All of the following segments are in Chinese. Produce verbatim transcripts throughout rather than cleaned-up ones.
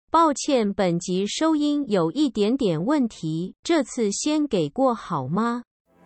抱歉，本集收音有一点点问题，这次先给过好吗？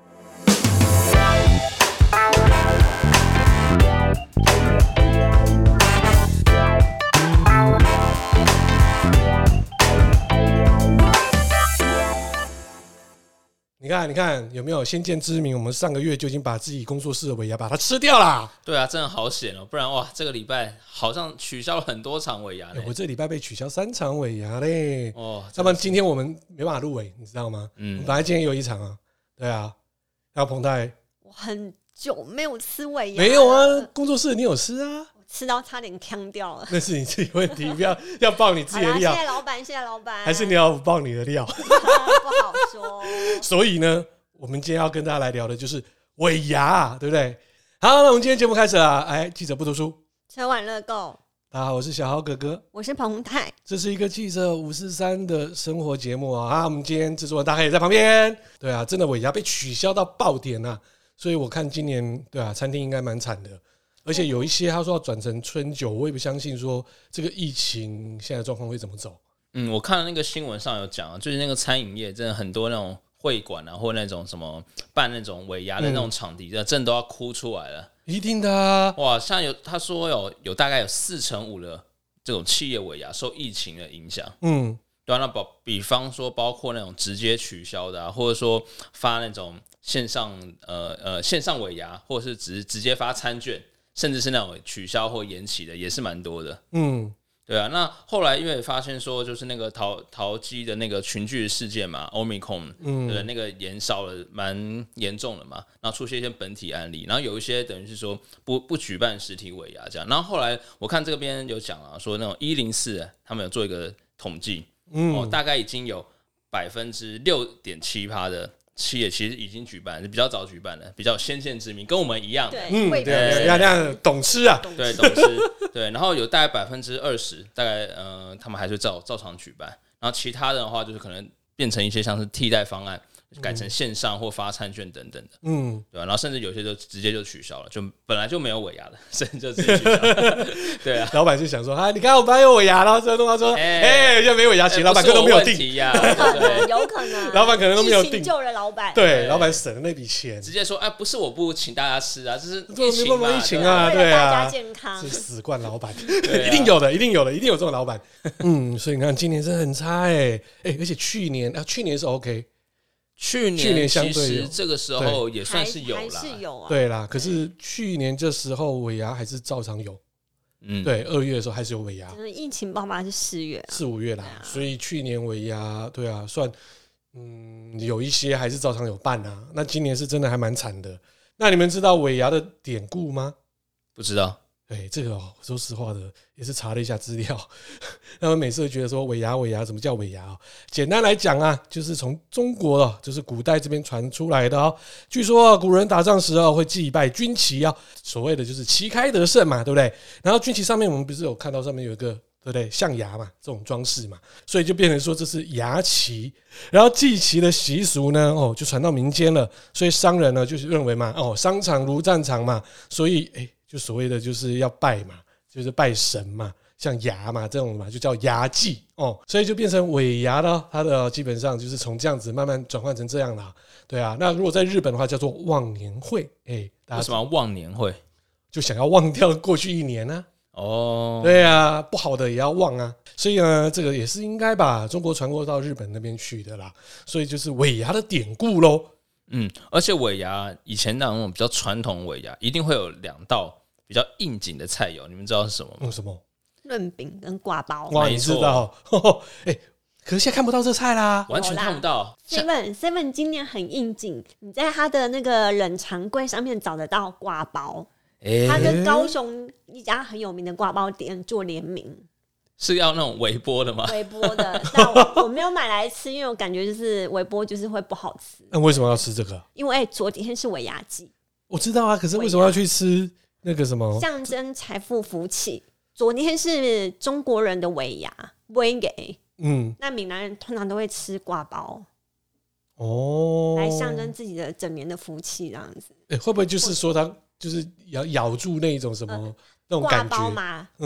你看，你看有没有先见之明？我们上个月就已经把自己工作室的尾牙把它吃掉啦。 对啊，真的好险哦！不然哇，这个礼拜好像取消了很多场尾牙呢、 欸。我这礼拜被取消三场尾牙嘞。 哦， 要不然今天我们没办法入围，你知道吗？嗯，本来今天有一场啊。对啊，还有彭太， 我很久没有吃尾牙。 没有啊，工作室你有吃啊？ 吃到差点呛掉了， 那是你自己问题，不要要爆你自己的料。 谢谢老板，谢谢老板。 还是你要爆你的料？ 不好说。 所以呢，我们今天要跟大家来聊的就是尾牙，对不对？好，那我们今天节目开始了。哎，记者不读书， 吃完乐购。 大家好，我是小豪哥哥， 我是彭太。 这是一个记者五四三的生活节目啊。啊，我们今天制作人大概也在旁边。对啊，真的尾牙被取消到爆点啊，所以我看今年对啊，餐厅应该蛮惨的。而且有一些他说要转成春酒，我也不相信说这个疫情现在的状况会怎么走。 嗯，我看那个新闻上有讲啊，就是那个餐饮业真的很多那种会馆啊，或那种什么办那种尾牙的那种场地，真的都要哭出来了。 一定的啊！ 哇，像有他说有有大概有四成五的这种企业尾牙受疫情的影响。嗯，对啊，那比比方说包括那种直接取消的啊，或者说发那种线上呃呃线上尾牙，或者是直直接发餐券。甚至是那种取消或延期的也是蛮多的。嗯，对啊。那后来因为发现说，就是那个桃桃机的那个群聚事件嘛 ，Omicron， 嗯，对，那个延烧了蛮严重的嘛，然后出现一些本体案例，然后有一些等于是说不不举办实体尾牙这样。然后后来我看这边有讲啊，说那种一零四他们有做一个统计，嗯，哦，大概已经有百分之六点七趴的。企业其实已经举办，比较早举办了，比较有先见之明，跟我们一样。 对， 嗯，对，要那样懂吃啊， 对，懂吃，对。然后有大概百分之二十，大概呃，他们还是照照常举办。然后其他的话，就是可能变成一些像是替代方案，改成线上或发餐券等等的，嗯，对吧？然后甚至有些就直接就取消了，就本来就没有尾牙的，甚至就直接取消了。对啊， 老板就想说，啊，你看我本来有尾牙，然后这东他说，哎，现在没尾牙，其实老板可能都没有定呀，有可能，有可能， 老板可能都没有定， 救了老板， 对，老板省了那笔钱， 直接说，哎，不是我不请大家吃啊，这是疫情嘛，疫情啊， 对啊，大家健康， 是死惯老板，一定有的，一定有的，一定有这种老板。嗯，所以你看今年真的很差哎，哎，而且去年啊，去年是 OK。 去年, 去年相对其实这个时候也算是有啦， 还是有啊， 对啦。可是去年这时候尾牙还是照常有，嗯，对，二月的时候还是有尾牙。 就是疫情爆发是四月、啊， 四五月啦、啊，所以去年尾牙，对啊，算嗯有一些还是照常有办啊。那今年是真的还蛮惨的。那你们知道尾牙的典故吗？ 不知道。 对，这个、哦、说实话的也是查了一下资料，他们每次都觉得说尾牙尾牙什么叫尾牙、哦、简单来讲啊，就是从中国哦，就是古代这边传出来的哦。据说、哦、古人打仗时哦会祭拜军旗啊、哦，所谓的就是旗开得胜嘛，对不对？然后军旗上面我们不是有看到上面有一个对不对象牙嘛，这种装饰嘛，所以就变成说这是牙旗。然后祭旗的习俗呢，哦就传到民间了，所以商人呢就是认为嘛，哦商场如战场嘛，所以哎。就所谓的就是要拜嘛，就是拜神嘛，像牙嘛这种嘛，就叫牙祭哦，所以就变成尾牙了。它的基本上就是从这样子慢慢转换成这样啦。对啊，那如果在日本的话叫做忘年会，哎， 为什么忘年会？ 就想要忘掉过去一年啊。 哦， 对啊，不好的也要忘啊。所以呢，这个也是应该把中国传过到日本那边去的啦。所以就是尾牙的典故咯。 嗯，而且尾牙以前那种比较传统尾牙，一定会有两道。比较应景的菜肴，你们知道是什么吗？ 嗯、什么？ 润饼跟挂包。 哇，你知道？哎、欸，可是现在看不到这菜啦， 完全看不到。 Seven Seven 今年很应景，你在它的那个冷藏柜上面找得到挂包。欸、它跟高雄一家很有名的挂包店做联名， 是要那种微波的吗？ 微波的，但 我, 我没有买来吃，因为我感觉就是微波就是会不好吃。 那为什么要吃这个？ 因为、欸、昨天是尾牙季。 我知道啊，可是为什么要去吃？那个什么象征财富福气，昨天是中国人的尾牙，尾给嗯，那闽南人通常都会吃挂包哦，来象征自己的整年的福气，这样子。 欸、会不会就是说他就是咬咬住那种什么、呃、那种感觉挂包嘛？嗯，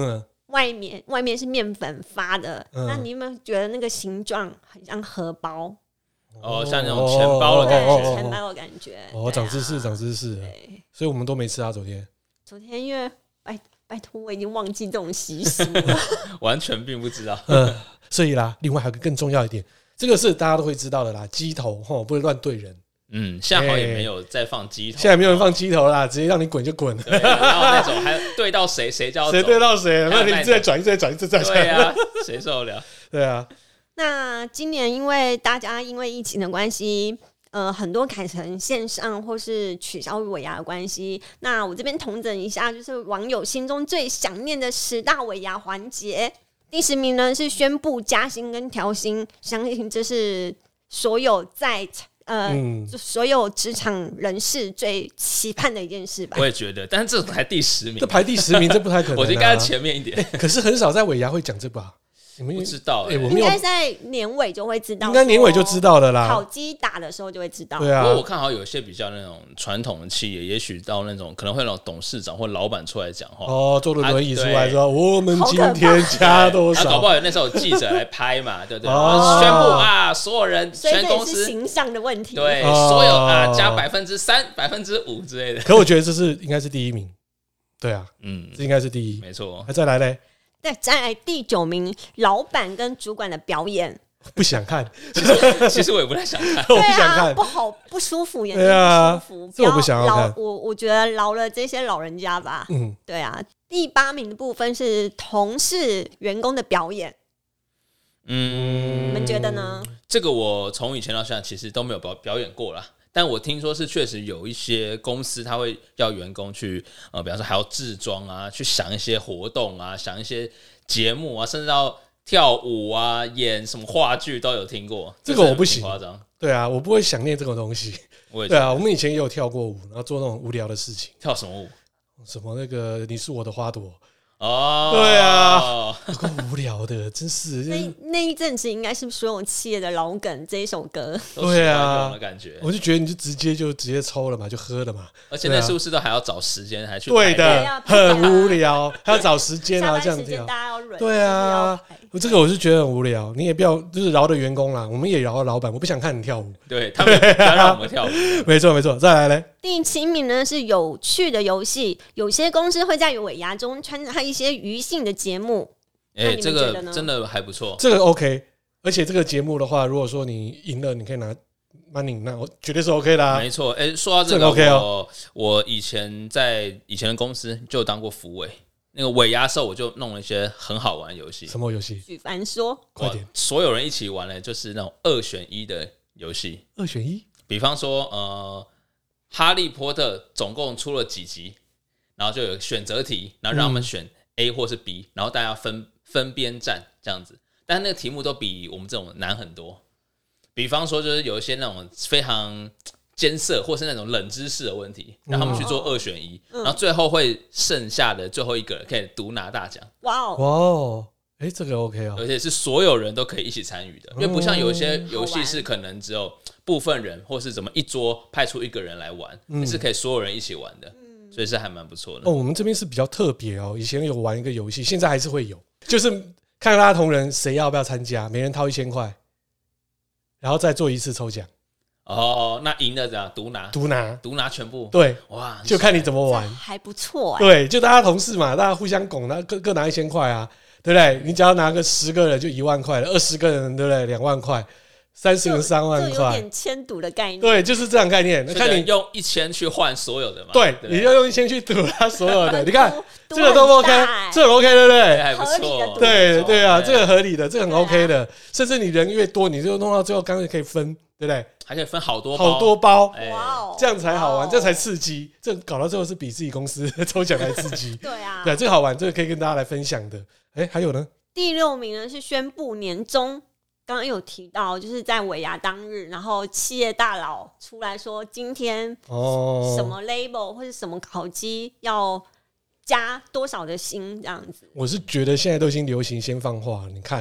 外面外面是面粉发的， 嗯、 那你有没有觉得那个形状很像荷包？ 哦，像那种钱包的感觉， 对，钱包的感觉。 哦，长知识，长知识。 对， 所以我们都没吃啊，昨天。 昨天因为拜拜托，我已经忘记这种习俗了， 完全并不知道。 嗯，所以啦，另外还有个更重要一点，这个是大家都会知道的啦，鸡头吼不会乱对人。 嗯，现在好像也没有再放鸡头， 现在没有人放鸡头啦，直接让你滚就滚。 然后那种还对到谁谁就要谁对到谁，那你一直在转，一直在转，一直在转。 对啊，谁受得了？ 对啊。 那今年因为大家因为疫情的关系，呃，很多改成线上或是取消尾牙的关系。那我这边统整一下，就是网友心中最想念的十大尾牙环节。第十名呢是宣布加薪跟调薪，相信这是所有在呃、嗯、所有职场人士最期盼的一件事吧。 我也觉得，但是这排第十名， 这排第十名，这不太可能、啊。 我觉得应该前面一点、 欸。可是很少在尾牙会讲这个吧？ 你们不知道、欸， 欸、我应该在年尾就会知道， 应该年尾就知道了啦。 烤鸡打的时候就会知道。 对啊， 不过我看好有些比较那种传统的企业，也许到那种可能会有董事长或老板出来讲话， 哦，坐着轮椅出来说、啊、我们今天加多少？ 搞不好那时候有记者来拍嘛，对不对？哦、宣布啊，所有人全公司所以这也是形象的问题， 对，哦、所有啊加百分之三、百分之五之类的。 可我觉得这是应该是第一名，对啊，嗯，这应该是第一， 没错。 那再来嘞？ 对，再来第九名，老板跟主管的表演， 不想看。 其实其实我也不太想看， 我不想看， 啊、不好，不舒服，眼睛不舒服。 这我不想要看。 我我觉得饶了这些老人家吧。嗯，对啊。第八名的部分是同事员工的表演。嗯，你们觉得呢？ 这个我从以前到现在其实都没有表表演过啦。但我听说是确实有一些公司他会要员工去呃，比方说还要制装啊，去想一些活动啊，想一些节目啊，甚至到跳舞啊，演什么话剧都有听过。 这个我不行， 夸张。 对啊，我不会想念这种东西。 我也对啊，我们以前也有跳过舞，然后做那种无聊的事情。 跳什么舞？ 什么那个你是我的花朵。 哦， 对啊，够无聊的，真是。 那那一阵子应该是所有企业的老梗，这一首歌。 对啊， 的感觉。 我就觉得你就直接就直接抽了嘛，就喝了嘛。 而且那是不是都还要找时间还去？ 对的，很无聊，还要找时间啊，这样子。 大家要忍。 对啊，这个我是觉得很无聊。你也不要就是饶的员工啦，我们也饶老板。我不想看你跳舞， 对他们不要让我们跳舞。 没错没错，再来嘞。 第七名呢是有趣的游戏，有些公司会在尾牙中穿插一些娱性的节目。 哎、欸，这个真的还不错， 这个 OK。而且这个节目的话，如果说你赢了，你可以拿 money， 那我绝对是 OK 的、啊。 没错，哎、欸，说到这个， 这个 OK 哦、我我以前在以前的公司就当过福委，那个尾牙的时候我就弄了一些很好玩的游戏。 什么游戏？ 举凡说， 快点！ 所有人一起玩的，就是那种二选一的游戏。 二选一， 比方说，呃。哈利波特总共出了几集，然后就有选择题，然后让他们选 A 或是 B，、嗯、然后大家分分边站这样子。但那个题目都比我们这种难很多。比方说，就是有一些那种非常艰涩或是那种冷知识的问题，让他们去做二选一、嗯，然后最后会剩下的最后一个人可以独拿大奖。 哇哦！ 哇哦！哎，这个 OK 哦， 而且是所有人都可以一起参与的，因为不像有一些游戏是可能只有部分人或是怎么一桌派出一个人来玩，嗯、是可以所有人一起玩的，嗯、所以是还蛮不错的。 哦，我们这边是比较特别哦，以前有玩一个游戏，现在还是会有，就是看大家同仁谁要不要参加，每人掏一千块，然后再做一次抽奖。 哦，那赢了怎样？独拿， 独拿， 独拿全部。 对， 哇， 就看你怎么玩， 还不错哎、 欸。对，就大家同事嘛，大家互相拱，那各各拿一千块啊。对不对？你只要拿个十个人就一万块了，二十个人对不对？两万块，三十人三万块， 就有点签赌的概念。 对，就是这样概念。那看你用一千去换所有的嘛？ 对， 对你就用一千去赌他所有的。你看这个都 OK， 这很 OK 对不对？ 还不错。 对对啊，这个合理的，这个很 OK 的。甚至你人越多，你就弄到最后，刚才可以分，对不对？ 还可以分好多包好多包， 哇， 这样才好玩，这才刺激。这搞到最后是比自己公司抽奖还刺激。 对啊， 对，这个好玩，这个可以跟大家来分享的。哎，还有呢？ 第六名呢是宣布年终，刚刚有提到，就是在尾牙当日，然后企业大佬出来说今天什么 label 或是什么烤鸡要加多少的薪这样子。 我是觉得现在都已经流行先放话，你看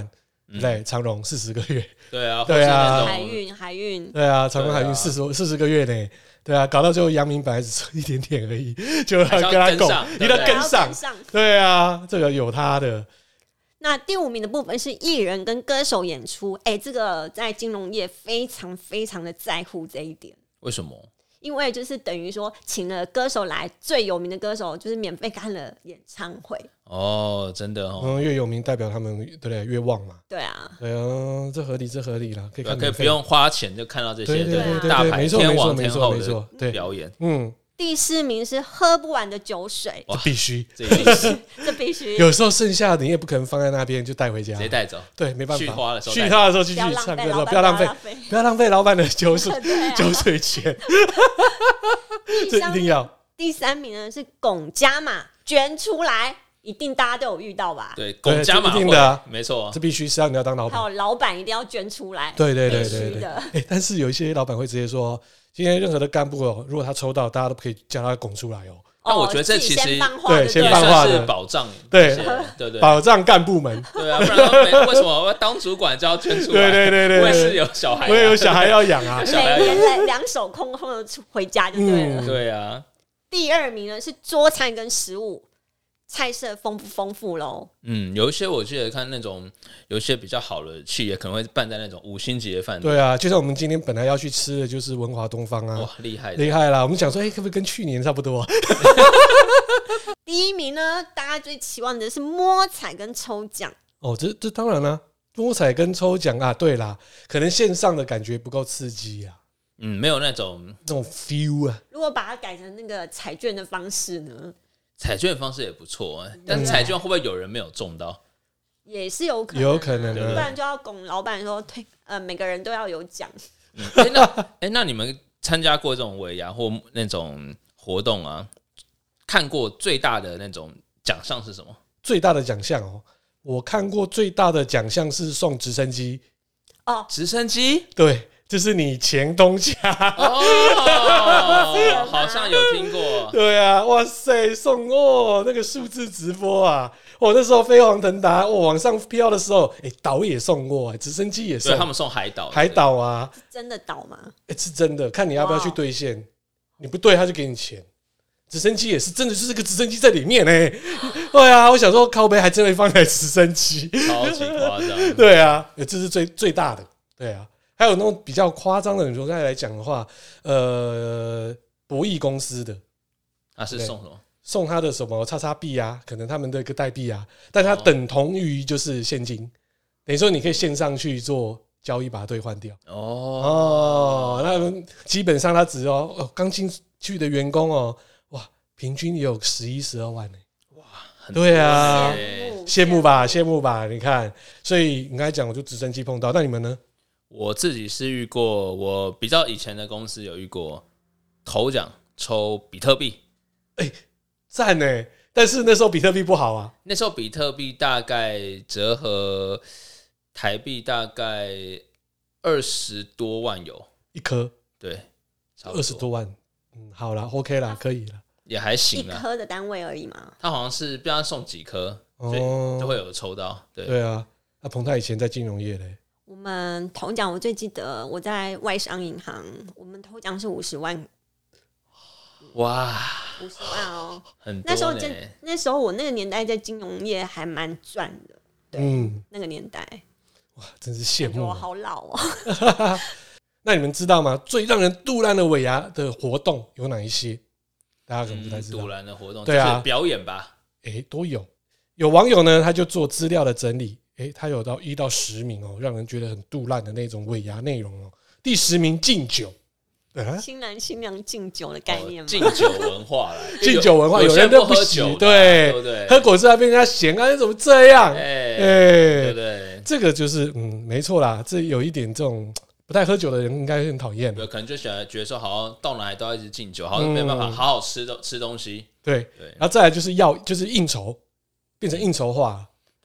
对不对？长荣四十个月， 对啊， 对啊， 海运海运， 对啊，长荣海运四十四十个月呢，对啊，搞到最后阳明本来只差一点点而已，就要跟他拱，一定要跟上，对啊，这个有他的。 那第五名的部分是艺人跟歌手演出，哎、欸，这个在金融业非常非常的在乎这一点。 为什么？ 因为就是等于说，请了歌手来，最有名的歌手就是免费看了演唱会。 哦，真的哦， 嗯，越有名代表他们对不对？越旺嘛。 对啊， 对啊，这合理，这合理啦，可以看， 可以不用花钱就看到这些对对对对大牌天王没天后的表演。 嗯。 第四名是喝不完的酒水， 这必须， 这必须， 这必须。 有时候剩下的你也不可能放在那边就带回家， 直接带走。 对，没办法。 续花的时候， 续花的时候继续唱歌，不要浪费，不要浪费老板的酒水酒水钱。这一定要。 第三名呢是龚加码捐出来，一定大家都有遇到吧？ 对，龚加码一定的， 没错， 这必须是要你要当老板， 还有老板一定要捐出来。 对对对对对。哎，但是有一些老板会直接说。今天任何的干部哦，如果他抽到，大家都可以叫他拱出来哦。 那我觉得这其实对先办化的保障， 对对对， 保障干部们。 对啊，不然为什么我要当主管就要捐出来？ 对对对对， 我也是有小孩， 我也有小孩要养啊， 每天两手空空的回家就对了。 对啊。 第二名呢是桌菜跟食物。菜色丰不丰富喽？ 嗯，有一些我记得看那种，有一些比较好的企业可能会办在那种五星级的饭店。 对啊，就像我们今天本来要去吃的就是文华东方啊， 哇，厉害厉害啦！我们想说，哎、欸，可不可以跟去年差不多、啊？ 第一名呢，大家最期望的是摸彩跟抽奖。 哦，这这当然啦、啊，摸彩跟抽奖啊，对啦，可能线上的感觉不够刺激啊。 嗯，没有那种那种 feel 啊。 如果把它改成那个彩券的方式呢？ 彩券的方式也不错、欸，但彩券会不会有人没有中到？ 也是有可能、 啊，有可能的， 不然就要拱老板说推呃每个人都要有奖。 嗯，哎、欸，那哎、欸，那你们参加过这种尾牙或那种活动啊？看过最大的那种奖项是什么？ 最大的奖项哦，我看过最大的奖项是送直升机。 哦， 直升机？ 对。就是你前东家哦，好像有听过。 对啊，哇塞，送哦那个数字直播啊，我、哦、那时候飞黄腾达，我、哦、往上飘的时候，哎、欸，岛也送过，直升机也送， 对他们送海岛， 海岛啊， 是真的岛吗？ 哎、欸，是真的，看你要不要去兑现，你不对他就给你钱。直升机也是真的，就是个直升机在里面哎、欸，对啊，我想说靠北还真的放台直升机， 超級夸张。 对啊，这是最最大的，对啊。还有那种比较夸张的，你说刚才来讲的话，呃，博弈公司的， 啊是送什么？ 送他的什么叉叉币啊，可能他们的一个代币啊，但它等同于就是现金，等于说你可以线上去做交易，把它兑换掉。哦哦，那基本上他只要哦刚进去的员工哦，哇，平均也有十一十二万呢、欸，哇，对啊，羡慕吧，羡慕吧，你看，所以你刚才讲，我就直升机碰到，那你们呢？ 我自己是遇过，我比较以前的公司有遇过头奖抽比特币， 哎，赞呢！但是那时候比特币不好啊， 那时候比特币大概折合台币大概二十多万有一颗， 对， 二十多万，嗯，好啦 OK 啦，可以啦， 也还行啦， 一颗的单位而已嘛。 他好像是不知道送几颗，所以就会有抽到，对对啊。那彭太以前在金融业嘞。 我们头奖我最记得我在外商银行，我们头奖是五十万， 哇， 五十万哦， 很多那时候在那时候我那个年代在金融业还蛮赚的，对，嗯，那个年代， 哇，真是羡慕， 我好老哦。 那你们知道吗？最让人肚烂的尾牙的活动有哪一些？大家可能不太知道。 肚烂的活动， 对啊， 就是表演吧， 哎、欸，都有。有网友呢，他就做资料的整理。欸、他有到一到十名哦，让人觉得很肚烂的那种尾牙内容哦。第十名敬酒，啊、 新郎新娘敬酒的概念吗？ 敬、哦、酒文化啦， 敬酒文化，有人都不喜， 对对对，喝果汁还被人家嫌啊，怎么这样？哎、 欸欸，对对， 这个就是嗯，没错啦，这有一点这种不太喝酒的人应该很讨厌， 有可能就喜欢觉得说，好像到哪里都要一直敬酒，好像没办法好好吃东吃东西。 对，对，然后再来就是要就是应酬，变成应酬化。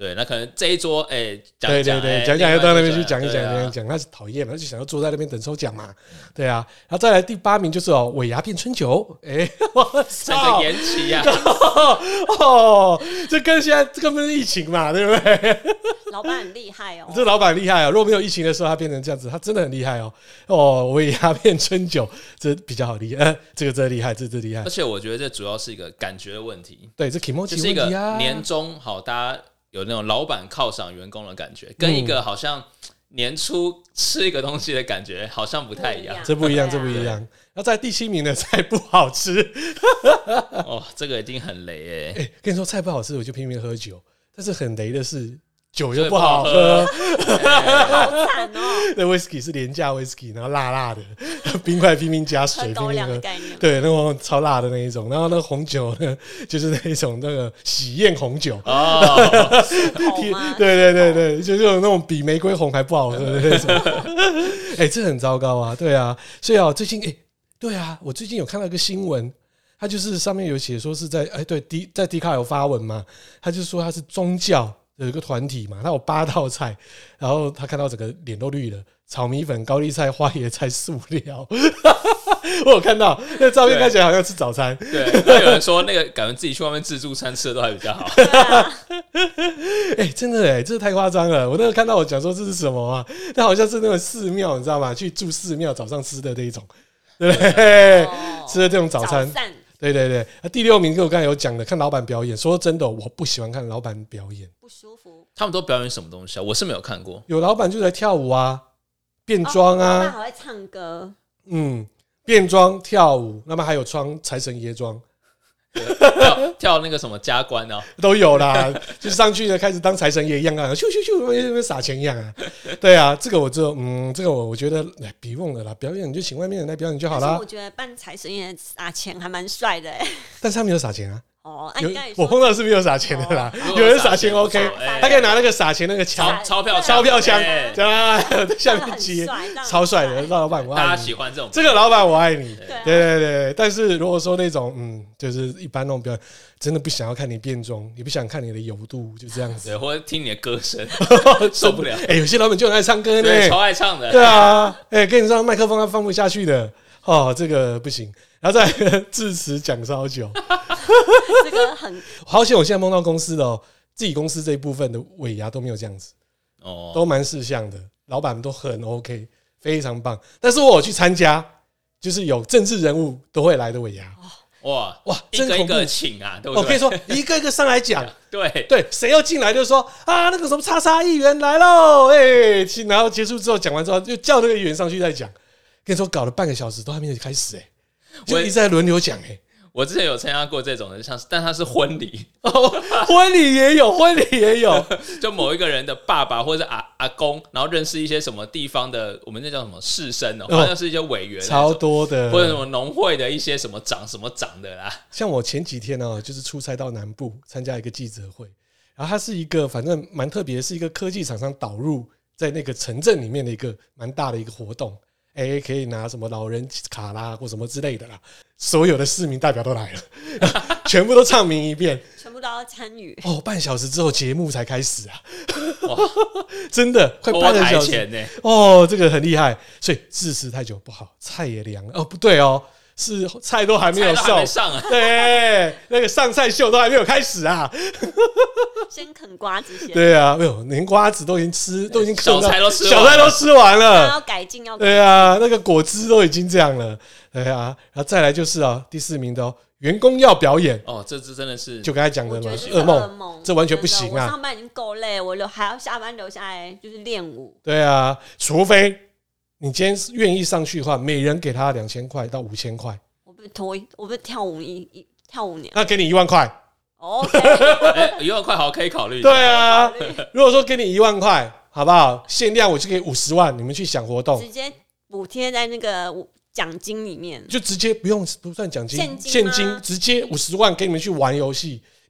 对，那可能这一桌哎讲对对对，讲讲要到那边去讲一讲讲一一讲，他是讨厌了，他就想要坐在那边等抽奖嘛，对啊。然后再来第八名就是哦，尾牙变春酒，哎，我整个延期啊， 哦，这跟现在这根本是疫情嘛，对不对？ 老板很厉害哦， 这老板厉害哦，如果没有疫情的时候，他变成这样子，他真的很厉害哦。哦，尾牙变春酒，这比较好厉害，呃，这个真的厉害，这真厉害。 而且我觉得这主要是一个感觉的问题， 对，这 Kimochi 就是一个问题啊， 年终好，大家有那种老板犒赏员工的感觉，跟一个好像年初吃一个东西的感觉好像不太一样， 这不一样，这不一样。然后在第七名的菜不好吃， 哦，这个一定很雷哎、欸！ 哎、欸，跟你说菜不好吃，我就拼命喝酒，但是很雷的是。酒又不好喝， 好惨哦！ 那 whisky 是廉价 whisky， 然后辣辣的，冰块拼命加水， 高粱的概念， 对，那种超辣的那一种。然后那个红酒呢，就是那一种那个喜宴红酒，哦，对对对对，就是有那种比玫瑰红还不好喝的那种。哎、欸，这很糟糕啊，对啊，所以啊，最近哎、欸，对啊，我最近有看到一个新闻。他就是上面有写说是在哎、欸、对 D 在 D 卡有发文嘛，他就说他是宗教。有一个团体嘛，他有八道菜，然后他看到整个脸都绿了，炒米粉、高丽菜、花椰菜、素料，我有看到那照片看起来好像吃早餐。 对，那有人说那个感觉自己去外面自助餐吃的都还比较好。 哎、欸，真的哎、欸，这太夸张了！我那个看到我讲说这是什么啊？那好像是那个寺庙，你知道吗？去住寺庙早上吃的那一种，对不对？哦、吃的这种早餐。早对对对，啊、第六名跟我刚才有讲的，看老板表演。说真的，我不喜欢看老板表演， 不舒服。 他们都表演什么东西啊？我是没有看过。 有老板就在跳舞啊，变装啊， 哦、老板还会唱歌。 嗯，变装跳舞，那么还有穿财神爷装。 跳, 跳那个什么加官啊， 都有啦，就上去呢，开始当财神爷一样啊，咻咻咻，跟撒钱一样啊。对啊，这个我就嗯，这个我我觉得哎，别忘了啦，表演你就请外面人来表演就好啦。 我觉得扮财神爷撒钱还蛮帅的哎， 但是他没有撒钱啊。 哦，啊、 有我碰到是没有撒钱的啦，哦、有人撒钱 OK，、欸、他可以拿那个撒钱那个枪， 钞票钞票枪， 对啊，在下面接，超帅的老板，我爱你， 大家喜欢这种这个老板我爱你，对对对。但是如果说那种嗯，就是一般那种表演，真的不想要看你变装，也不想看你的油度，就这样子， 对，或者听你的歌声，受不了。 哎、欸，有些老板就很爱唱歌呢， 对，超爱唱的， 对啊，哎、欸，跟你说麦克风他放不下去的，哦，这个不行。然后再致辞讲烧酒， 这个很好险！我现在梦到公司的哦，自己公司这一部分的尾牙都没有这样子，哦，都蛮识相的，老板都很 OK， 非常棒。但是我有去参加，就是有政治人物都会来的尾牙， 哇哇， 一个一个请啊，对不对？ 我可以说一个一个上来讲， 对对，谁要进来就说啊，那个什么叉叉议员来喽，哎、欸，然后结束之后讲完之后，就叫那个议员上去再讲。跟你说，搞了半个小时都还没有开始、欸，哎。就一直在轮流讲哎， 我之前有参加过这种的，像是，但它是婚礼， 哦，婚礼也有，婚礼也有， 就某一个人的爸爸或者阿阿公，然后认识一些什么地方的，我们那叫什么士绅哦，好像是一些委员， 超多的， 或者什么农会的一些什么长什么长的啦。 像我前几天呢，就是出差到南部参加一个记者会，然后它是一个反正蛮特别，是一个科技厂商导入在那个城镇里面的一个蛮大的一个活动。哎、欸，可以拿什么老人卡啦，或什么之类的啦。所有的市民代表都来了，全部都唱名一遍， 全部都要参与。 哦，半小时之后节目才开始啊！哇，真的快半个小时呢。 哦，这个很厉害，所以致辞太久不好，菜也凉了。哦，不对哦。是菜都还没有上， 上啊、 对，那个上菜秀都还没有开始啊， 先啃瓜子先。 对啊，没有，连瓜子都已经吃，都已经小菜都吃， 小菜都吃完了， 要改进要改进。 对啊，那个果汁都已经这样了，对啊，然后再来就是啊，第四名的哦，员工要表演哦，这这真的是就刚才讲的嘛， 噩梦，这完全不行啊！ 我上班已经够累，我留还要下班留下来就是练舞。 对啊，除非你今天愿意上去的话，每人给他两千块到五千块。 脱我不是跳舞一一跳舞娘， 那给你一万块。 OK， 欸、一万块好可以考虑。 对啊，如果说给你一万块，好不好？限量我就给五十万，你们去想活动， 直接补贴在那个奖金里面， 就直接不用不算奖金， 现金现金直接五十万给你们去玩游戏。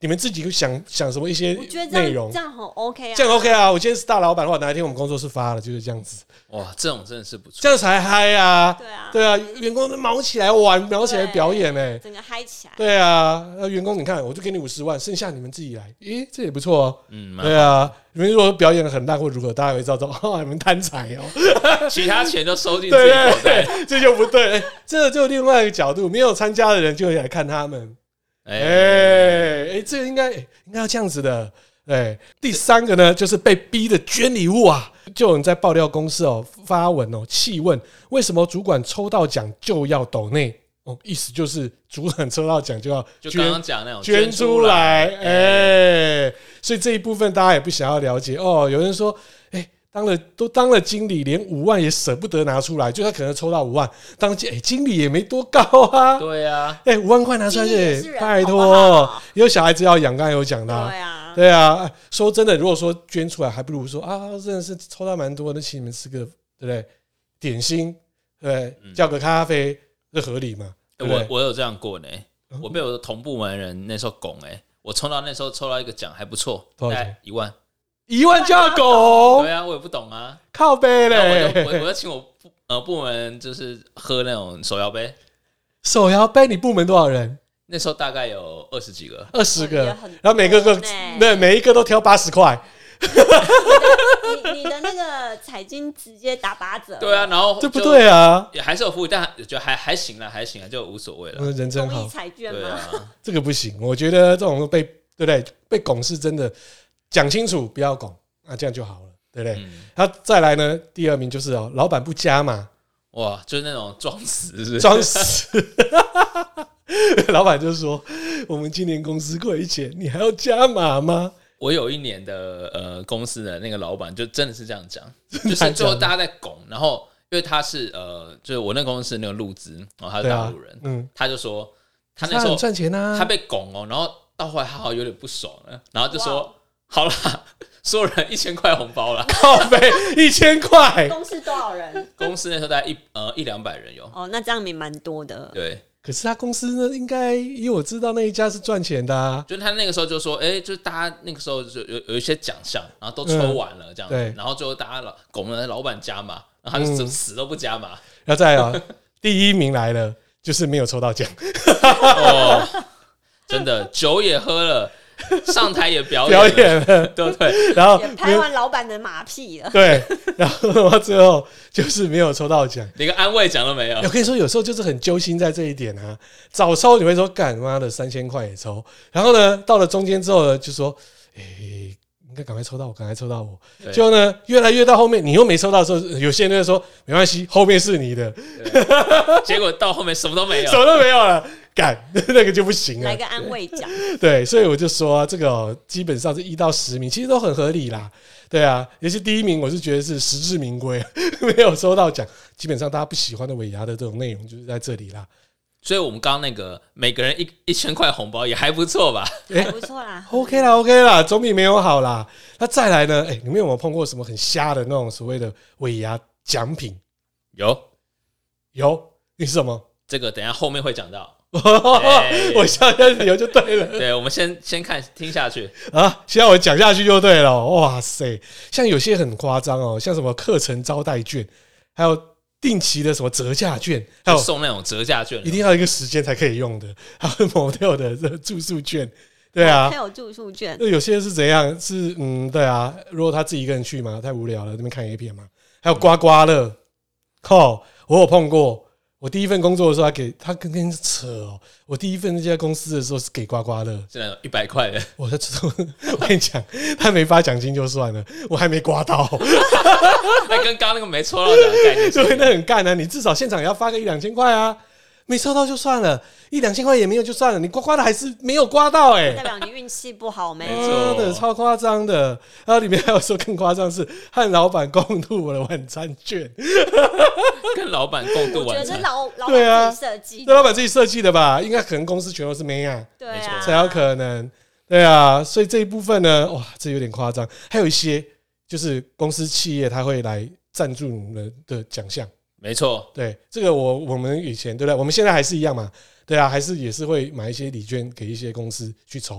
你们自己想想什么一些内容， 这样很 OK 啊， 这样 OK 啊。我今天是大老板的话，哪一天我们工作室发了，就是这样子。 哇，这种真的是不错， 这样才嗨啊！ 对啊， 对啊，员工忙起来玩，忙起来表演哎、欸， 整个嗨起来。 对啊，那员工你看，我就给你五十万，剩下你们自己来，诶，这也不错哦。嗯，对啊，你们如果表演的很烂或如何，大家会知道说，哦，你们贪财哦， 其他钱都收进自己口袋， 这就不对。欸、这就另外一个角度，没有参加的人就会来看他们。哎、欸、哎、欸，这个应该、欸、应该要这样子的。对，第三个呢，就是被逼的捐礼物啊，就有人在爆料公司哦发文哦，气问为什么主管抽到奖就要抖内哦，意思就是主管抽到奖就要就刚刚讲那种捐出来，哎、欸，所以这一部分大家也不想要了解哦。有人说，哎、欸，当了都当了经理，连五万也舍不得拿出来，就他可能抽到五万，当经哎、欸、经理也没多高啊， 对啊， 哎、欸、五万块拿出来去，拜托，有小孩子要养，刚才有讲到， 对啊。 对啊，说真的，如果说捐出来，还不如说啊，真的是抽到蛮多的，请你们吃个对不对？点心，对，叫个咖啡，这合理嘛？对对我我有这样过呢，我被我的同部门人那时候拱哎，我抽到那时候抽到一个奖还不错，大概一万， 一万就要拱？ 对啊，我也不懂啊， 靠背嘞， 我就我我要请我部呃部门就是喝那种手摇杯， 手摇杯，你部门多少人？ 那时候大概有二十几个， 二十个，然后每个个对每一个都挑八十块。 你你的那个彩金直接打八折， 对啊，然后对不对啊？ 也还是有福利，但就还还行啦，还行啊，就无所谓了。 人真好， 彩券吗？ 啊， 这个不行，我觉得这种被对不对被拱是真的，讲清楚不要拱啊，这样就好了，对不对？然后、嗯、再来呢，第二名就是哦，老板不加嘛， 哇，就是那种装死是不是， 装死。老板就说：“我们今年公司亏钱，你还要加码吗？” 我有一年的呃公司的那个老板就真的是这样讲，就是最后大家在拱，然后因为他是呃，就是我那公司那个陆资，然后他是大陆人，啊嗯、他就说他那时候赚钱啊， 他被拱哦，然后到后来他好像有点不爽了，然后就说：“好啦，所有人一千块红包了， 靠北一千块。” 公司多少人？ 公司那时候大概一呃一两百人有。 哦，那这样也蛮多的。 对。 可是他公司呢，应该因为我知道那一家是赚钱的啊。 就他那个时候就说，哎、欸，就是大家那个时候就有有一些奖项，然后都抽完了这样子，嗯、然后最后大家老拱了老板加码，然后他就死都不加码。 然后再啊，第一名来了，就是没有抽到奖。 哦，真的酒也喝了。上台也表演了， 表演了， 对不对？ 然后也拍完老板的马屁了， 对，然后最后就是没有抽到奖， 连个安慰奖都没有。 我跟你说，有时候就是很揪心在这一点啊。早抽你会说干妈的三千块也抽，然后呢，到了中间之后呢，就说，哎、欸，应该赶快抽到我，赶快抽到我。结果呢，越来越到后面，你又没抽到的时候，有些人就说没关系，后面是你的。 结果到后面什么都没有， 什么都没有了。干那个就不行了， 来个安慰奖。 对，所以我就说、啊、这个、哦、基本上是一到十名，其实都很合理啦。对啊，尤其第一名，我是觉得是实至名归，没有收到奖，基本上大家不喜欢的尾牙的这种内容就是在这里啦。 所以我们刚刚那个每个人一一千块红包也还不错吧？ 还不错啦 ，OK 啦 ，OK 啦，总比没有好啦。那再来呢？哎、欸，你们有没有碰过什么很瞎的那种所谓的尾牙奖品？ 有， 有，你是什么？ 这个等一下后面会讲到。 我下下有就对了。 对，我们先先看听下去啊，现在我讲下去就对了。哇塞，像有些很夸张哦，像什么课程招待券，还有定期的什么折价券，还有送那种折价券， 一定要一个时间才可以用的，还有 motel 的住宿券。对啊， 还有住宿券。 那有些是怎样？是嗯，对啊，如果他自己一个人去嘛，太无聊了，那边看 A 片嘛。还有刮刮乐，靠，我有碰过。我第一份工作的时候，他给他跟跟扯哦。我第一份那家公司的时候是给刮刮乐， 现在有一百块的。 我在我跟你讲，他没发奖金就算了，我还没刮到。 那跟刚刚那个没抽到奖的概念， 所以那很干啊！你至少现场也要发个一两千块啊。没抽到就算了，一两千块也没有就算了，你刮刮的还是没有刮到哎、欸， 代表你运气不好没？ 没错的，超夸张的。然后里面还有说更夸张是和老板共度我的晚餐券， 跟老板共度晚餐， 我觉得老老板自己设计， 这老板自己设计的吧？应该可能公司全都是妹啊， 对啊， 才有可能。对啊，所以这一部分呢，哇，这有点夸张。还有一些就是公司企业他会来赞助你们的奖项。 没错， 对这个我我们以前对不对？我们现在还是一样嘛，对啊，还是也是会买一些礼券给一些公司去抽。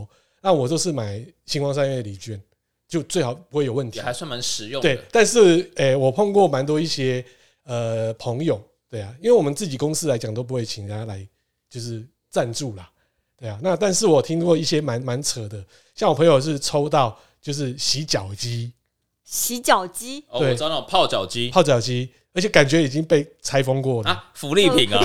那我都是买星光三月的礼券，就最好不会有问题， 也还算蛮实用的。 对，但是诶、欸，我碰过蛮多一些呃朋友，对啊，因为我们自己公司来讲都不会请人家来就是赞助啦，对啊。那但是我听过一些蛮蛮扯的，像我朋友是抽到就是洗脚机， 洗脚机， 哦，我知道那种泡脚机， 泡脚机。而且感觉已经被拆封过了啊，福利品啊，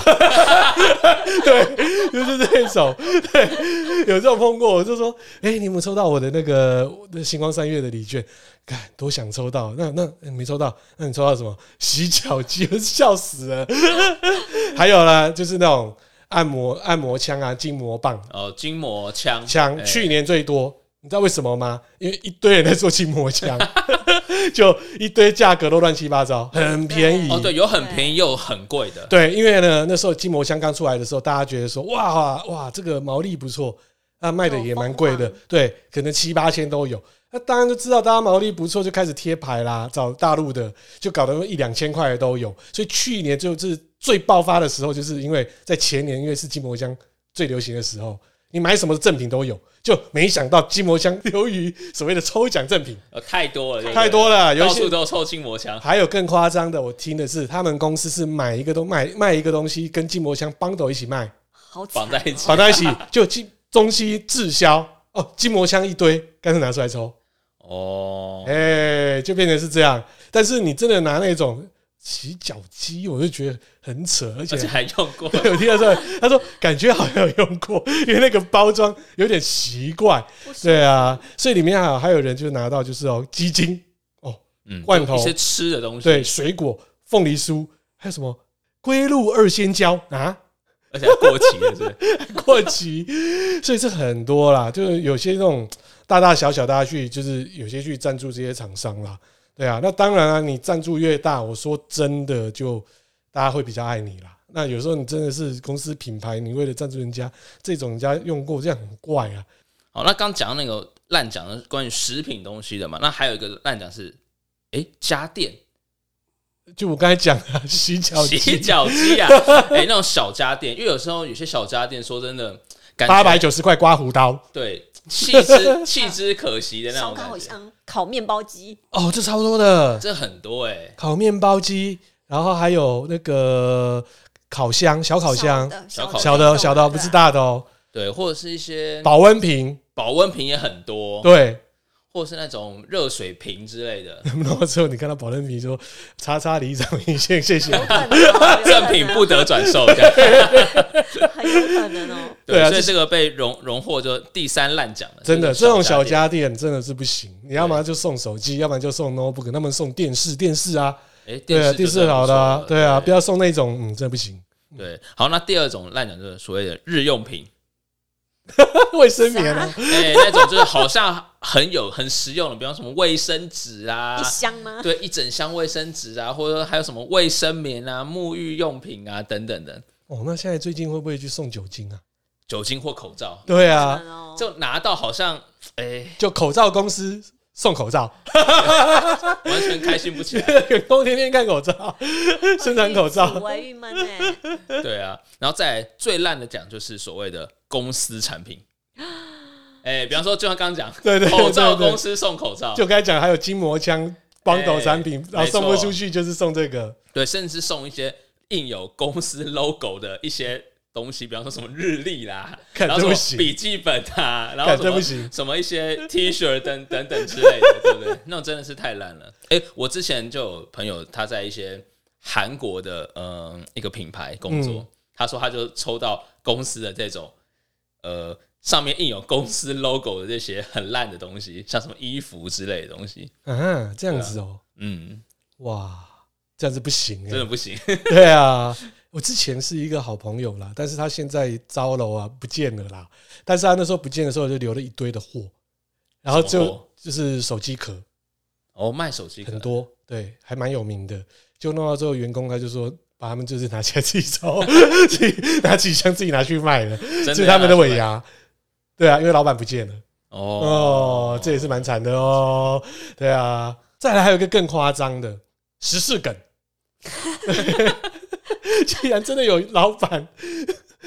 对，就是这种，对，有这种碰过，我就说，哎、欸，你有没有抽到我的那个星光三月的礼券？干，多想抽到，那那、欸、没抽到，那你抽到什么？洗脚机，我笑死了。还有啦，就是那种按摩按摩枪啊，筋膜棒， 哦，筋膜枪枪、欸，去年最多。你知道为什么吗？因为一堆人在做筋膜枪，就一堆价格都乱七八糟，很便宜。 哦，对，有很便宜又有很贵的。 对，因为呢，那时候筋膜枪刚出来的时候，大家觉得说，哇哇，这个毛利不错，那卖的也蛮贵的，对，可能七八千都有。那当然就知道大家毛利不错，就开始贴牌啦，找大陆的，就搞得一两千块的都有。所以去年就是最爆发的时候，就是因为在前年，因为是筋膜枪最流行的时候。你买什么赠品都有，就没想到筋膜枪由于所谓的抽奖赠品、 呃、太多了， 太多了， 到处都抽筋膜枪。 还有更夸张的，我听的是他们公司是买一个都卖卖一个东西，跟筋膜枪 bundle 一起卖， 好绑在一起， 绑在一起就中西滞销哦，筋膜枪一堆，干脆拿出来抽哦，哎、欸，就变成是这样。但是你真的拿那种洗脚机，我就觉得很扯，而且, 而且还用过。 对，我听到说，他说感觉好像有用过，因为那个包装有点奇怪。对啊，所以里面还有还有人就拿到就是哦鸡精哦，嗯，罐头一些吃的东西， 对，水果、凤梨酥，还有什么龟鹿二仙胶啊， 而且还过期了，是不是？过期，所以这很多啦，就是有些那种大大小小，大家去就是有些去赞助这些厂商啦。对啊，那当然啊，你赞助越大，我说真的就大家会比较爱你啦。那有时候你真的是公司品牌，你为了赞助人家，这种人家用过，这样很怪啊。 好，那刚讲那个烂奖是关于食品东西的嘛，那还有一个烂奖是，哎、欸，家电， 就我刚才讲的洗脚机， 洗脚机啊，哎、欸，那种小家电，因为有时候有些小家电，说真的， 八百九十块刮胡刀， 对。弃之弃之可惜的那种感觉。 烧烤箱、烤面包机， 哦，这超多的， 这很多哎、欸。 烤面包机，然后还有那个烤箱，小烤箱， 小烤小的小的不是大的哦。 对，或者是一些保温瓶， 保温瓶也很多。 对。 或是那种热水瓶之类的， 然后之后你看到保温瓶说“叉叉里长一线，谢谢”， 赠品不得转售， 很有可能哦。 对啊，所以这个被荣荣获就第三烂奖了。 真的，这种小家电真的是不行。你要么就送手机，要不然就送 notebook， 他们送电视，电视啊， 哎、欸， 对啊，电视好的啊，对啊，不要送那种，嗯，真的不行。 对，好，那第二种烂奖就是所谓的日用品。 卫生棉啊， 哎、欸，那种就是好像很有很实用的，比方什么卫生纸啊， 一箱吗？ 对，一整箱卫生纸啊，或者还有什么卫生棉啊、沐浴用品啊等等的。 哦，那现在最近会不会去送酒精啊？ 酒精或口罩？ 对啊， 就拿到好像哎、欸， 就口罩公司送口罩， 完全开心不起来。 员工天天看口罩，生产口罩， 我郁闷哎。 对啊，然后再来最烂的奖就是所谓的公司产品。哎、欸，比方说，就像刚刚讲， 对对， 口罩公司送口罩， 就刚才讲还有筋膜枪帮斗产品，然后送不出去就是送这个， 对，甚至送一些印有公司 logo 的一些东西，比方说什么日历啦，然后什么笔记本啊，然后什么什么一些 T 恤等等等之类的，对不对？那种真的是太烂了。哎、欸，我之前就有朋友他在一些韩国的呃一个品牌工作，嗯、他说他就抽到公司的这种呃上面印有公司 logo 的这些很烂的东西，像什么衣服之类的东西啊，这样子哦， 啊、嗯， 哇，这样子不行、欸， 真的不行。 对啊。我之前是一个好朋友啦，但是他现在招楼啊不见了啦。但是他那时候不见的时候就留了一堆的货，然后就就是手机壳， 哦，卖手机壳很多，对，还蛮有名的。就弄到之后，员工他就说把他们就是拿起来自己抽，自己拿几箱自己拿去卖了，这是他们的尾牙。对啊，因为老板不见了。哦, 哦，这也是蛮惨的哦。对啊，再来还有一个更夸张的时事梗。既然真的有老板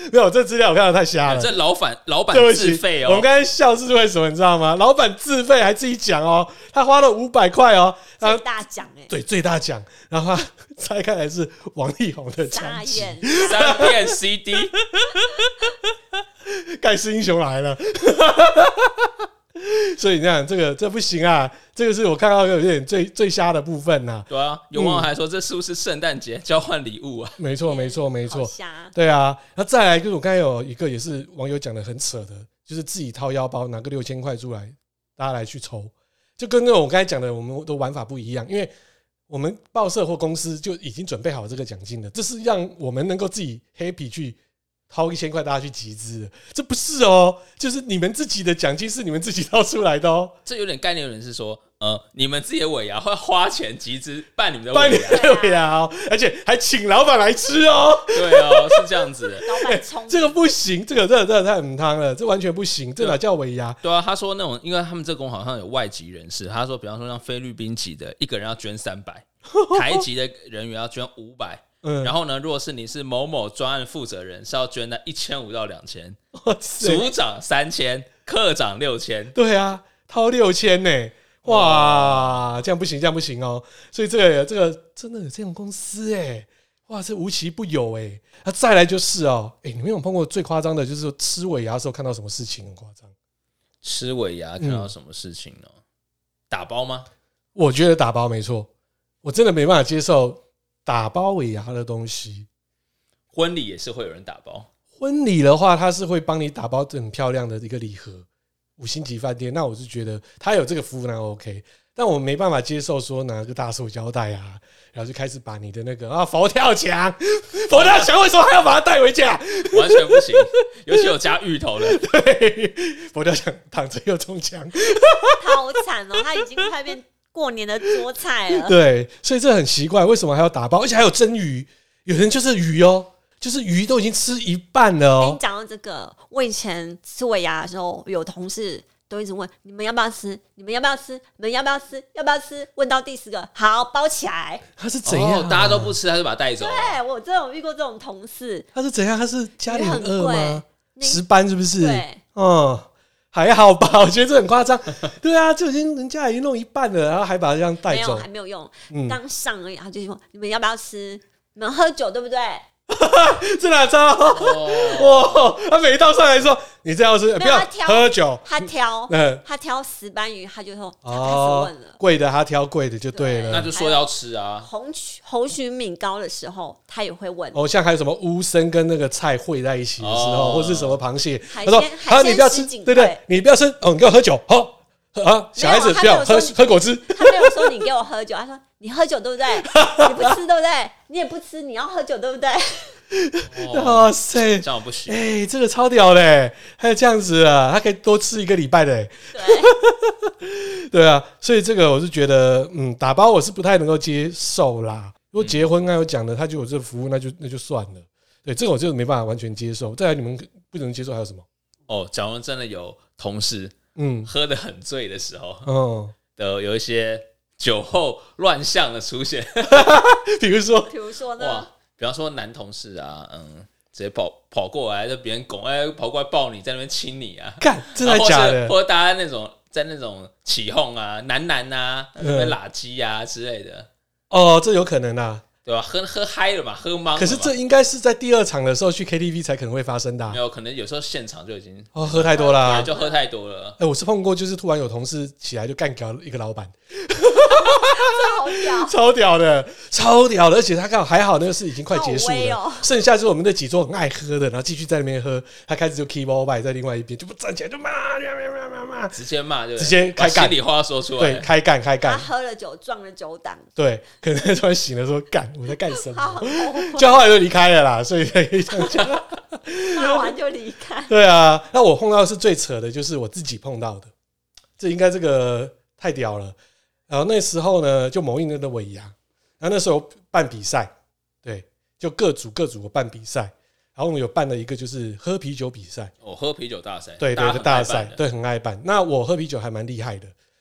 没有，这资料我看到太瞎了。 这老板老板自费哦。 我们刚才笑是为什么，你知道吗？老板自费还自己讲哦，他花了五百块哦， 最大奖哎、欸， 对，最大奖。然后他拆开来是王力宏的专辑， 三片 C D， 盖世英雄来了。所以你看，这个这不行啊！这个是我看到有点最最瞎的部分呐、啊。 对啊，有网友还说这是不是圣诞节交换礼物啊？ 没错，没错，没错。对啊，那再来就是我刚才有一个也是网友讲的很扯的，就是自己掏腰包拿个六千块出来，大家来去抽，就跟那种我刚才讲的我们的玩法不一样，因为我们报社或公司就已经准备好这个奖金了，这是让我们能够自己 happy 去。掏一千块，大家去集资，这不是哦，就是你们自己的奖金是你们自己掏出来的哦。 这有点概念，有人是说，呃，你们自己的尾牙会花钱集资办你们的尾牙， 对呀、哦，而且还请老板来吃哦。 对哦，是这样子的。 老板冲、欸， 这个不行，这个真的真的太母汤了，这完全不行，这哪叫尾牙？ 对啊，他说那种，因为他们这工好像有外籍人士，他说，比方说像菲律宾籍的，一个人要捐三百，台籍的人员要捐五百。嗯、然后呢，如果是你是某某专案负责人，是要捐在一千五到两千，组长三千，科长六千， 对啊，掏六千呢，哇，这样不行，这样不行哦。所以这个这个真的有这种公司哎，哇，这无奇不有哎。那、啊、再来就是哦，哎，你们有碰过最夸张的，就是说吃尾牙的时候看到什么事情很夸张？ 吃尾牙看到什么事情呢？嗯、打包吗？ 我觉得打包没错，我真的没办法接受。打包尾牙的东西， 婚礼也是会有人打包。 婚礼的话，他是会帮你打包很漂亮的一个礼盒，五星级饭店。那我是觉得他有这个服务那 OK， 但我没办法接受说拿个大塑胶袋啊，然后就开始把你的那个啊佛跳墙，佛跳墙为什么还要把它带回家？ 完全不行，尤其有加芋头的。 对，佛跳墙躺着又中枪， 他好惨哦，他已经快变。过年的桌菜了， 对，所以这很奇怪，为什么还要打包？而且还有蒸鱼，有人就是鱼哦，就是鱼都已经吃一半了哦。 你讲到这个，我以前吃尾牙的时候，有同事都一直问你们要不要吃，你们要不要吃，你们要不要吃，要不要吃？问到第四个，好包起来。 他是怎样、啊哦？大家都不吃，他就把它带走。 对，我真的有遇过这种同事。 他是怎样？他是家里很饿吗？值班是不是？ 对， 嗯。还好吧，我觉得这很夸张。对啊，就已经人家已经弄一半了，然后还把它这样带走， 没有，还没有用，刚、嗯、上而已。他就说：“你们要不要吃？你们喝酒对不对？” 这哪招？哇！他每一道上来说：“你这样是不要喝酒。” 他挑，嗯，他挑石斑鱼，他就说他开始问了， 贵的他挑贵的就对了， 那就说要吃啊。 红曲红曲米糕的时候，他也会问。 哦，像还有什么乌参跟那个菜烩在一起的时候， 哦、 或是什么螃蟹， 他说：“好，你不要吃，对对，你不要吃哦，你给我喝酒，好。”啊，小孩子不要喝喝果汁。 他没有说你给我喝酒，他说你喝酒对不对？你不吃对不对？你也不吃，你要喝酒对不对？ 哇塞， 这样不行！ 哎、欸，这个超屌嘞，还有这样子啊，他可以多吃一个礼拜的。对，对啊，所以这个我是觉得，嗯，打包我是不太能够接受啦。如果结婚刚有讲的，他就有这个服务，那就那就算了。对，这个我就没办法完全接受。再来，你们不能接受还有什么？ 哦，假如真的有同事。嗯，喝得很醉的时候， 嗯， 的有一些酒后乱象的出现， 比如说， 比如说呢， 哇，比方说男同事啊，嗯，直接跑跑过来，就别人拱，哎，跑过来抱你，在那边亲你啊， 干，真的假的？ 或者大家那种在那种起哄啊，男男啊，那边拉鸡啊之类的， 哦，这有可能啊。 对吧？喝喝嗨了嘛，喝懵了嘛。 可是这应该是在第二场的时候去 K T V 才可能会发生的、啊。 没有，可能有时候现场就已经哦喝太多啦、啊， 就喝太多了。 哎、欸，我是碰过，就是突然有同事起来就干掉一个老板， 这好屌， 超屌的，超屌的，而且他刚好还好，那个事已经快结束了， 哦、 剩下就是我们那几桌很爱喝的，然后继续在那边喝，他开始就 keyboard 摆在另外一边，就不站起来就骂骂骂骂骂， 直接骂， 直接开干， 心里话说出来， 对，开干开干。 他喝了酒撞了酒档， 对，可能突然醒了说干，我在干什么？就后来就离开了啦，所以可以这样讲。 骂完就离开。 对啊，那我碰到的是最扯的，就是我自己碰到的，这应该这个太屌了。然后那时候呢，就某一年的尾牙，然后那时候办比赛，对，就各组各组办比赛。然后我们有办了一个就是喝啤酒比赛， 哦，喝啤酒大赛， 对对对，大赛，对，很爱办。那我喝啤酒还蛮厉害的，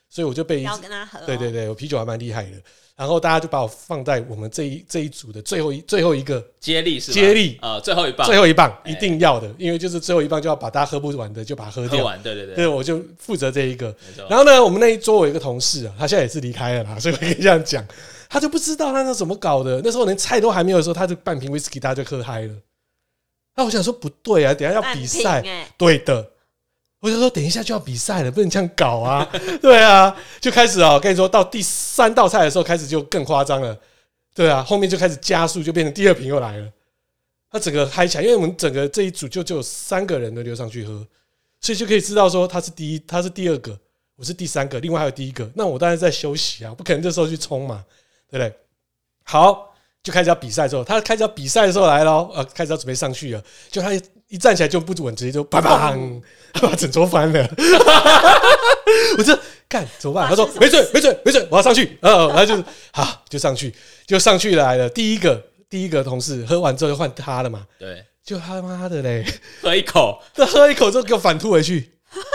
所以我就被不要跟他喝、哦。 对对对，我啤酒还蛮厉害的。然后大家就把我放在我们这一这一组的最后一最后一个接力是吧？ 接力啊、呃，最后一棒， 最后一棒一定要的，欸、因为就是最后一棒就要把大家喝不完的就把它喝掉。 喝完，对对对。 对，我就负责这一个。然后呢，我们那一桌我有一个同事啊，他现在也是离开了啦，所以我可以这样讲，他就不知道那时候怎么搞的。那时候连菜都还没有的时候，他就半瓶 whisky， 大家就喝嗨了。那我想说不对啊，等一下要比赛，欸、对的。我就说等一下就要比赛了，不能这样搞啊！对啊，就开始啊、喔，跟你说到第三道菜的时候开始就更夸张了，对啊，后面就开始加速，就变成第二瓶又来了。他整个嗨起来，因为我们整个这一组就就有三个人轮流上去喝，所以就可以知道说他是第一，他是第二个，我是第三个，另外还有第一个。那我当然在休息啊，不可能这时候去冲嘛，对不对？好，就开始要比赛之后，他开始要比赛的时候来了，呃，开始要准备上去了，就他一站起来就不稳，直接就砰砰，把整桌翻了。我这干怎么办？他说没准没准没准，我要上去。呃，然后就好就上去，就上去来了。第一个第一个同事喝完之后就换他了嘛。 对， 就他妈的嘞， 喝一口， 他喝一口之后给我反吐回去，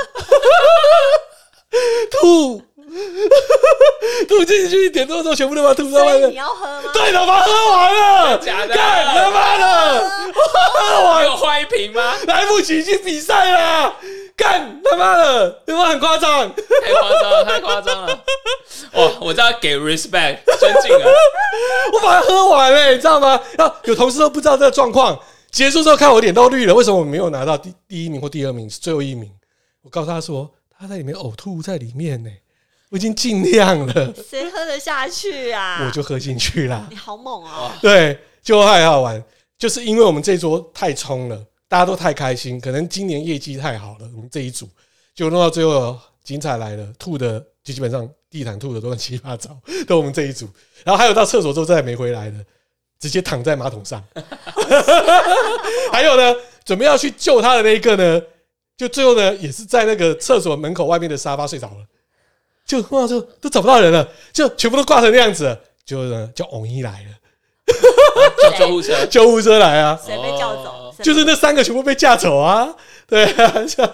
吐。吐进去一点多之后，全部都把它吐到外面。 你要喝吗？ 对的，把它喝完了。 假的， 干他妈的，喝完有换一瓶吗？ 来不及去比赛了，干他妈的，有没有很夸张？ 太夸张了，太夸张了！哇，我知道给 respect 尊敬了。 我把它喝完了、欸，你知道吗？然后有同事都不知道这个状况，结束之后看我脸都绿了，为什么我没有拿到第第一名或第二名，是最后一名？我告诉他说，他在里面呕吐在里面呢、欸。我已经尽量了， 谁喝得下去啊？ 我就喝进去啦。 你好猛哦！ 对，就还好玩，就是因为我们这桌太冲了，大家都太开心，可能今年业绩太好了，我们这一组就弄到最后精彩来了，吐的就基本上地毯吐的都乱七八糟，都我们这一组。然后还有到厕所之后再也没回来的，直接躺在马桶上。还有呢，准备要去救他的那一个呢，就最后呢也是在那个厕所门口外面的沙发睡着了。就哇，就都找不到人了，就全部都挂成那样子了，就呢叫翁一来了， 叫救护车， 救护车来啊！ 谁被叫走？ 就是那三个全部被架走啊！对啊，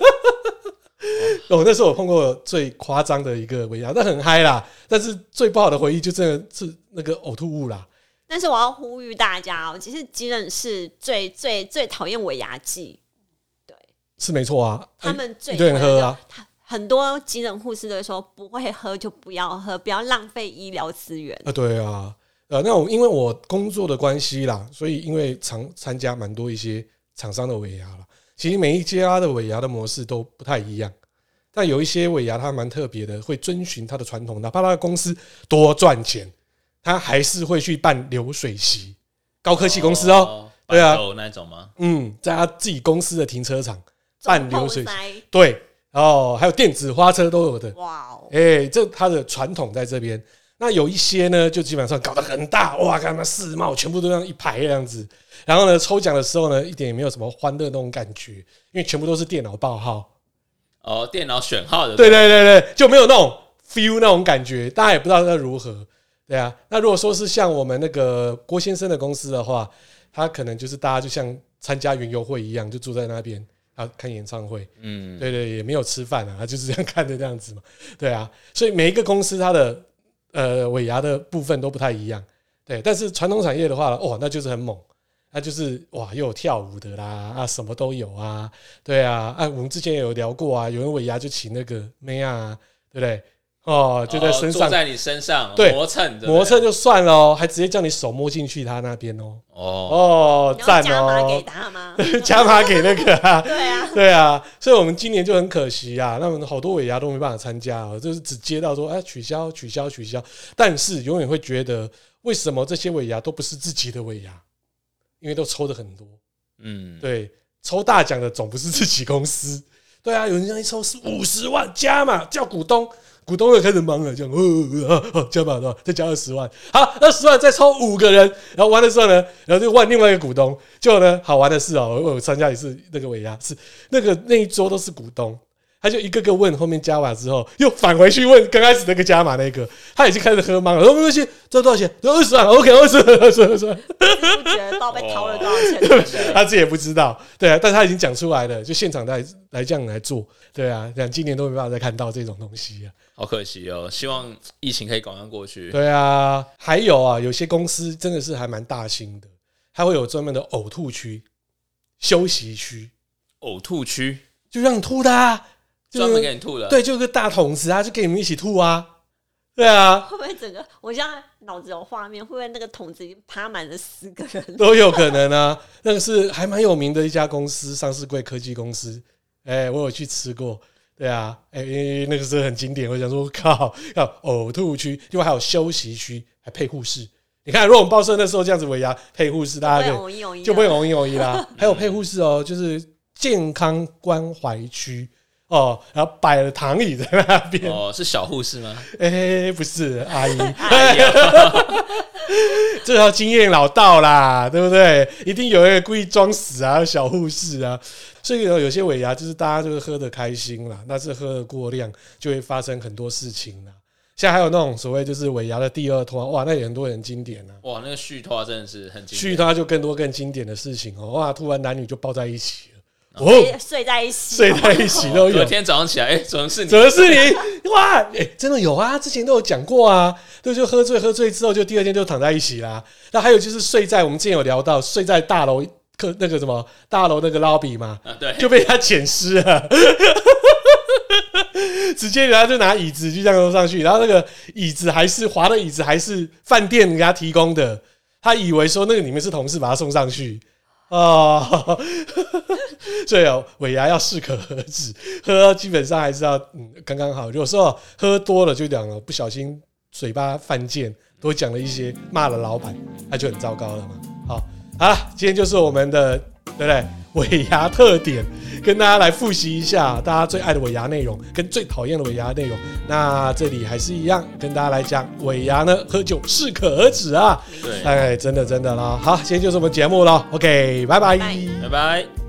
哦，那是我碰过最夸张的一个尾牙，但很嗨啦。但是最不好的回忆就真的是那个呕吐物啦。 但是我要呼吁大家哦，其实急诊室最最最讨厌尾牙季，对， 是没错啊， 他们最一堆人喝啊。 很多急诊护士都会说，不会喝就不要喝，不要浪费医疗资源啊。对啊，呃，那我因为我工作的关系啦，所以因为常参加蛮多一些厂商的尾牙啦。其实每一家的尾牙的模式都不太一样，但有一些尾牙它蛮特别的，会遵循它的传统，哪怕它的公司多赚钱，它还是会去办流水席。高科技公司哦，哦对啊， 那种吗？ 嗯，在他自己公司的停车场办流水席，对。哦，还有电子花车都有的，哇哦！哎，这它的传统在这边。那有一些呢，就基本上搞得很大，哇，干嘛世贸全部都这样一排这样子。然后呢，抽奖的时候呢，一点也没有什么欢乐那种感觉，因为全部都是电脑报号。 哦，电脑选号的， 对对对对，就没有那种 feel 那种感觉，大家也不知道那如何。对啊，那如果说是像我们那个郭先生的公司的话，他可能就是大家就像参加园游会一样，就住在那边。啊，看演唱会，嗯，对对，也没有吃饭啊，他就是这样看的这样子嘛，对啊，所以每一个公司它的呃尾牙的部分都不太一样，对，但是传统产业的话，哦，那就是很猛，那就是哇，又有跳舞的啦，啊，什么都有啊，对啊，啊，我们之前也有聊过啊，有人尾牙就请那个妹啊，对不对？哦，就在身上， 坐在你身上， 对， 磨蹭， 磨蹭就算了哦，还直接叫你手摸进去他那边哦， 哦， 哦，赞哦， 加码给他吗？ 加码给那个啊， 对啊， 对啊，所以我们今年就很可惜啊，那么好多尾牙都没办法参加啊，就是只接到说哎取消取消取消，但是永远会觉得为什么这些尾牙都不是自己的尾牙，因为都抽的很多，嗯，对，抽大奖的总不是自己公司，对啊，有人这样一抽是五十万加码叫股东。股东又开始忙了，这样，呃呃呃，加码多少？再加二十万，好，二十万再抽五个人，然后完的时候呢，然后就换另外一个股东。结果呢，好玩的是哦，我参加一次那个尾牙，是那个那一桌都是股东，他就一个个问，后面加码之后又返回去问刚开始那个加码那个，他已经开始喝懵了，说没关系，这多少钱？说二十万 ，OK， 二十万，二十万，二十万， 只不觉不知道被掏了多少钱， 他自己也不知道，对啊，但是他已经讲出来了，就现场来来这样来做，对啊，讲今年都没办法再看到这种东西啊， 好可惜哦，希望疫情可以赶快过去。 对啊，还有啊，有些公司真的是还蛮大型的，它会有专门的呕吐区、休息区。 呕吐区就让你吐的啊， 专门给你吐的， 对，就有个大桶子啊，就给你们一起吐啊，对啊， 会不会整个我现在脑子有画面，会不会那个桶子已经趴满了四个人？ 都有可能啊。那个是还蛮有名的一家公司，上市柜科技公司，哎、欸，我有去吃过，对啊，哎、欸，那个是很经典。我想说，靠，要呕吐区，另外还有休息区，还配护士。你看，如果我们报社那时候这样子尾牙配护士，大家就不会偶一偶一啦。还有配护士哦，就是健康关怀区哦，然后摆了躺椅在那边。 哦，是小护士吗？ 哎、欸，不是阿姨，这条经验老道啦，对不对？一定有人故意装死啊，小护士啊。所以有些尾牙就是大家就是喝得开心啦，但是喝得过量就会发生很多事情啦。现在还有那种所谓就是尾牙的第二拖，哇，那也很多人经典啊。 哇，那个续拖真的是很经典。 续拖就更多更经典的事情哦，哇，突然男女就抱在一起了。 哦，睡在一起， 睡在一起都有。 隔天早上起来，哎、欸，怎么是你？ 怎么是你？哇，哎、欸，真的有啊，之前都有讲过啊。对，就喝醉，喝醉之后就第二天就躺在一起啦。那还有就是睡在我们之前有聊到，睡在大楼客那个什么大楼那个 lobby 嘛， 啊，对， 就被他捡尸了。直接人家就拿椅子就这样弄上去，然后那个椅子还是滑的椅子还是饭店给他提供的，他以为说那个里面是同事把他送上去。哦，所以哦，尾牙要适可而止，喝基本上还是要嗯刚刚好。有时候喝多了就讲了，不小心嘴巴犯贱，都讲了一些骂了老板，那就很糟糕了嘛。好，好了，今天就是我们的对不对尾牙特点，跟大家来复习一下大家最爱的尾牙内容跟最讨厌的尾牙内容。那这里还是一样跟大家来讲，尾牙呢喝酒适可而止啊。 对， 哎，真的真的啦。好，今天就是我们节目了 ，OK， 拜拜， 拜拜。